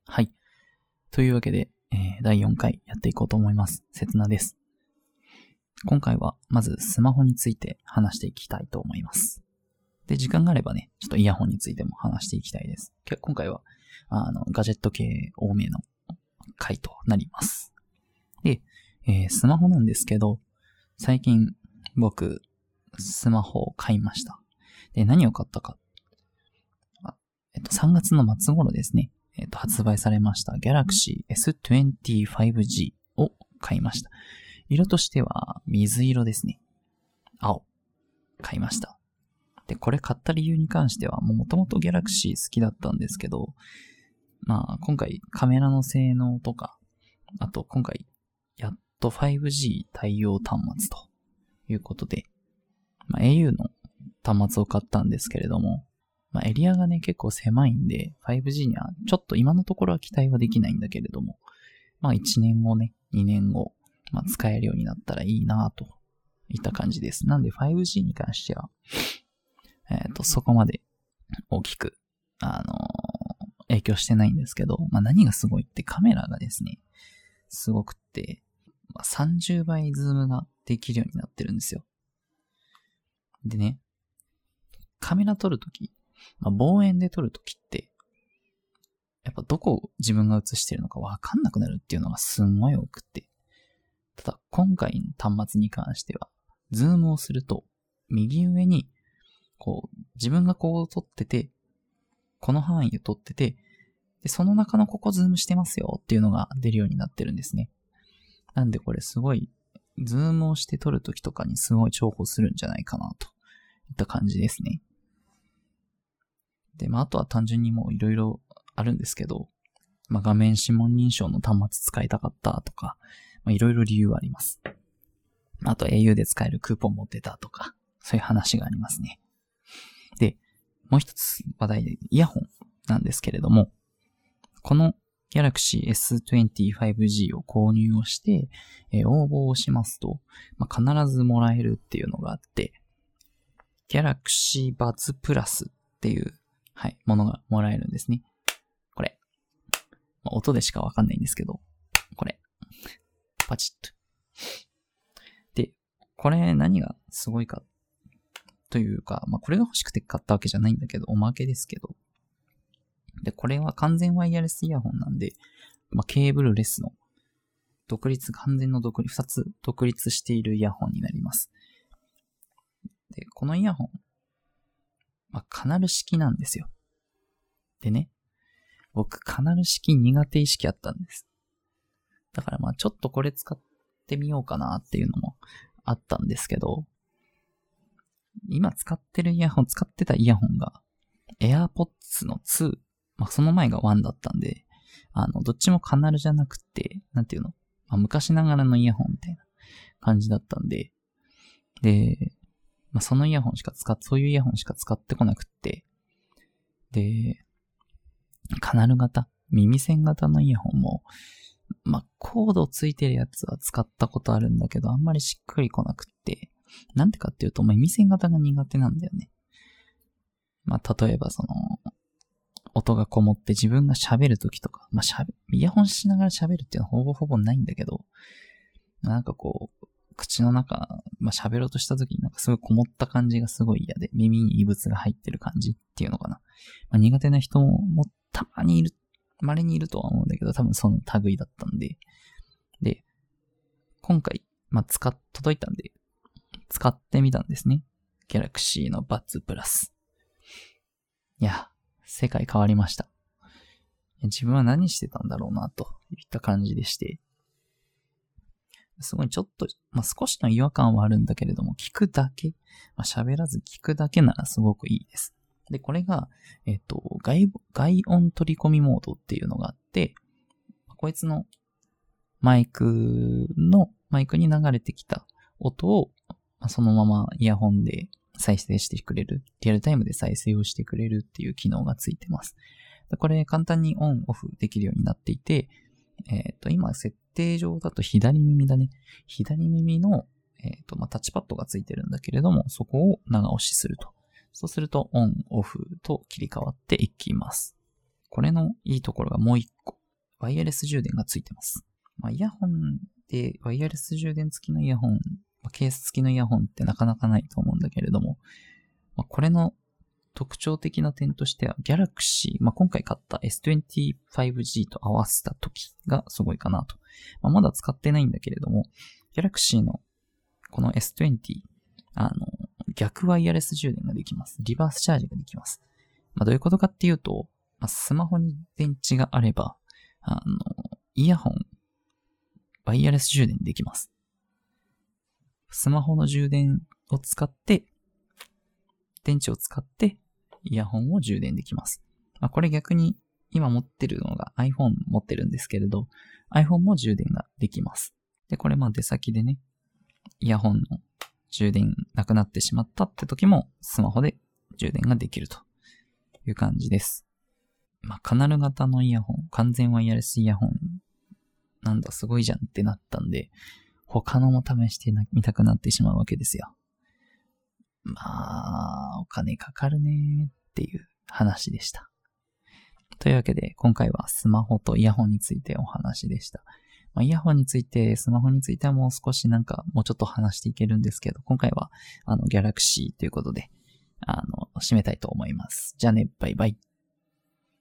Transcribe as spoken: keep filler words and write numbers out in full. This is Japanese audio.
はい。というわけで、えー、だいよんかいやっていこうと思います。せつなです。今回はまずスマホについて話していきたいと思います。で、時間があればね、ちょっとイヤホンについても話していきたいです。今回は、あの、ガジェット系多めの回となります。で、えー、スマホなんですけど、最近僕、スマホを買いました。で、何を買ったか。えっと、さんがつの末頃ですね。えっと、発売されました Galaxy エスにじゅうごジー を買いました。色としては水色ですね。青。買いました。で、これ買った理由に関しては、もともと Galaxy 好きだったんですけど、まあ、今回カメラの性能とか、あと今回、やっと ファイブジー 対応端末ということで、まあ、エーユー の端末を買ったんですけれども、まあ、エリアがね、結構狭いんで、ファイブジー にはちょっと今のところは期待はできないんだけれども、まあいちねんごね、にねんご、まあ、使えるようになったらいいなといった感じです。なんで ファイブジー に関しては、えっと、そこまで大きく、あのー、影響してないんですけど、まあ何がすごいってカメラがですね、すごくって、まあ、さんじゅうばいズームができるようになってるんですよ。でね、カメラ撮るとき、まあ、望遠で撮るときって、やっぱどこを自分が映してるのかわかんなくなるっていうのがすんごい多くて。ただ、今回の端末に関しては、ズームをすると、右上に、こう、自分がこう撮ってて、この範囲で撮ってて、で、その中のここズームしてますよっていうのが出るようになってるんですね。なんでこれすごい、ズームをして撮るときとかにすごい重宝するんじゃないかなといった感じですね。で、まあ、あとは単純にもういろいろあるんですけど、まあ、画面指紋認証の端末使いたかったとか、まあ、いろいろ理由はあります。あと エーユー で使えるクーポン持ってたとか、そういう話がありますね。で、もう一つ話題でイヤホンなんですけれども、この Galaxy エスにじゅうごジー を購入をして、えー、応募をしますと、まあ、必ずもらえるっていうのがあって、Galaxy Buds Plus っていう、はい、ものがもらえるんですね。これ。まあ、音でしかわかんないんですけど、これ。パチッと。で、これ何がすごいかというか、まあ、これが欲しくて買ったわけじゃないんだけど、おまけですけど。で、これは完全ワイヤレスイヤホンなんで、まあ、ケーブルレスの独立、完全の独立、二つ独立しているイヤホンになります。で、このイヤホン、まあ、カナル式なんですよ。でね、僕カナル式苦手意識あったんです。だからまあちょっとこれ使ってみようかなっていうのもあったんですけど、今使ってるイヤホン、使ってたイヤホンが AirPods のツー、まあその前がワンだったんで、あの、どっちもカナルじゃなくて、なんていうの、まあ、昔ながらのイヤホンみたいな感じだったんで、で、まあそのイヤホンしか使っ、そういうイヤホンしか使ってこなくって、で、カナル型、耳栓型のイヤホンも、まあ、コードついてるやつは使ったことあるんだけど、あんまりしっくりこなくって、なんでかっていうと、まあ、耳栓型が苦手なんだよね。まあ、例えばその、音がこもって自分が喋るときとか、まあ、しゃべ、イヤホンしながら喋るっていうのはほぼほぼないんだけど、なんかこう、口の中、まあ、喋ろうとしたときになんかすごいこもった感じがすごい嫌で、耳に異物が入ってる感じっていうのかな。まあ、苦手な人もたまにいる、稀にいるとは思うんだけど、多分その類だったんで。で、今回、まあ、使っ、届いたんで、使ってみたんですね。Galaxy の Buds Plus。いや、世界変わりました。自分は何してたんだろうな、といった感じでして。すごいちょっと、まあ、少しの違和感はあるんだけれども、聞くだけ、まあ、喋らず聞くだけならすごくいいです。で、これが、えっと、外、外音取り込みモードっていうのがあって、こいつのマイクの、マイクに流れてきた音を、そのままイヤホンで再生してくれる、リアルタイムで再生をしてくれるっていう機能がついてます。これ簡単にオン、オフできるようになっていて、えっと、今設定上だと左耳だね。左耳の、えっと、まあ、タッチパッドがついてるんだけれども、そこを長押しすると。そうするとオン、オフと切り替わっていきます。これのいいところがもう一個。 ワイヤレス充電がついてます。まあ、イヤホンでワイヤレス充電付きのイヤホン、まあ、ケース付きのイヤホンってなかなかないと思うんだけれども、まあ、これの特徴的な点としては、Galaxy、まあ、今回買った エスにじゅうごジー と合わせた時がすごいかなと。まあ、まだ使ってないんだけれども、Galaxy のこの エスにじゅう、あの、逆ワイヤレス充電ができます。リバースチャージができます。まあ、どういうことかっていうと、まあ、スマホに電池があれば、あの、イヤホン、ワイヤレス充電できます。スマホの充電を使って、電池を使って、イヤホンを充電できます。まあ、これ逆に今持ってるのが iPhone 持ってるんですけれど、iPhone も充電ができます。で、これまあ出先でね、イヤホンの充電なくなってしまったって時もスマホで充電ができるという感じです。まあ、カナル型のイヤホン、完全ワイヤレスイヤホン、なんだすごいじゃんってなったんで、他のも試してみたくなってしまうわけですよ。まあ、お金かかるねっていう話でした。というわけで、今回はスマホとイヤホンについてお話でした。まあ、イヤホンについて、スマホについてはもう少しなんか、もうちょっと話していけるんですけど、今回は、あの、Galaxyということで、あの、締めたいと思います。じゃあね、バイバイ。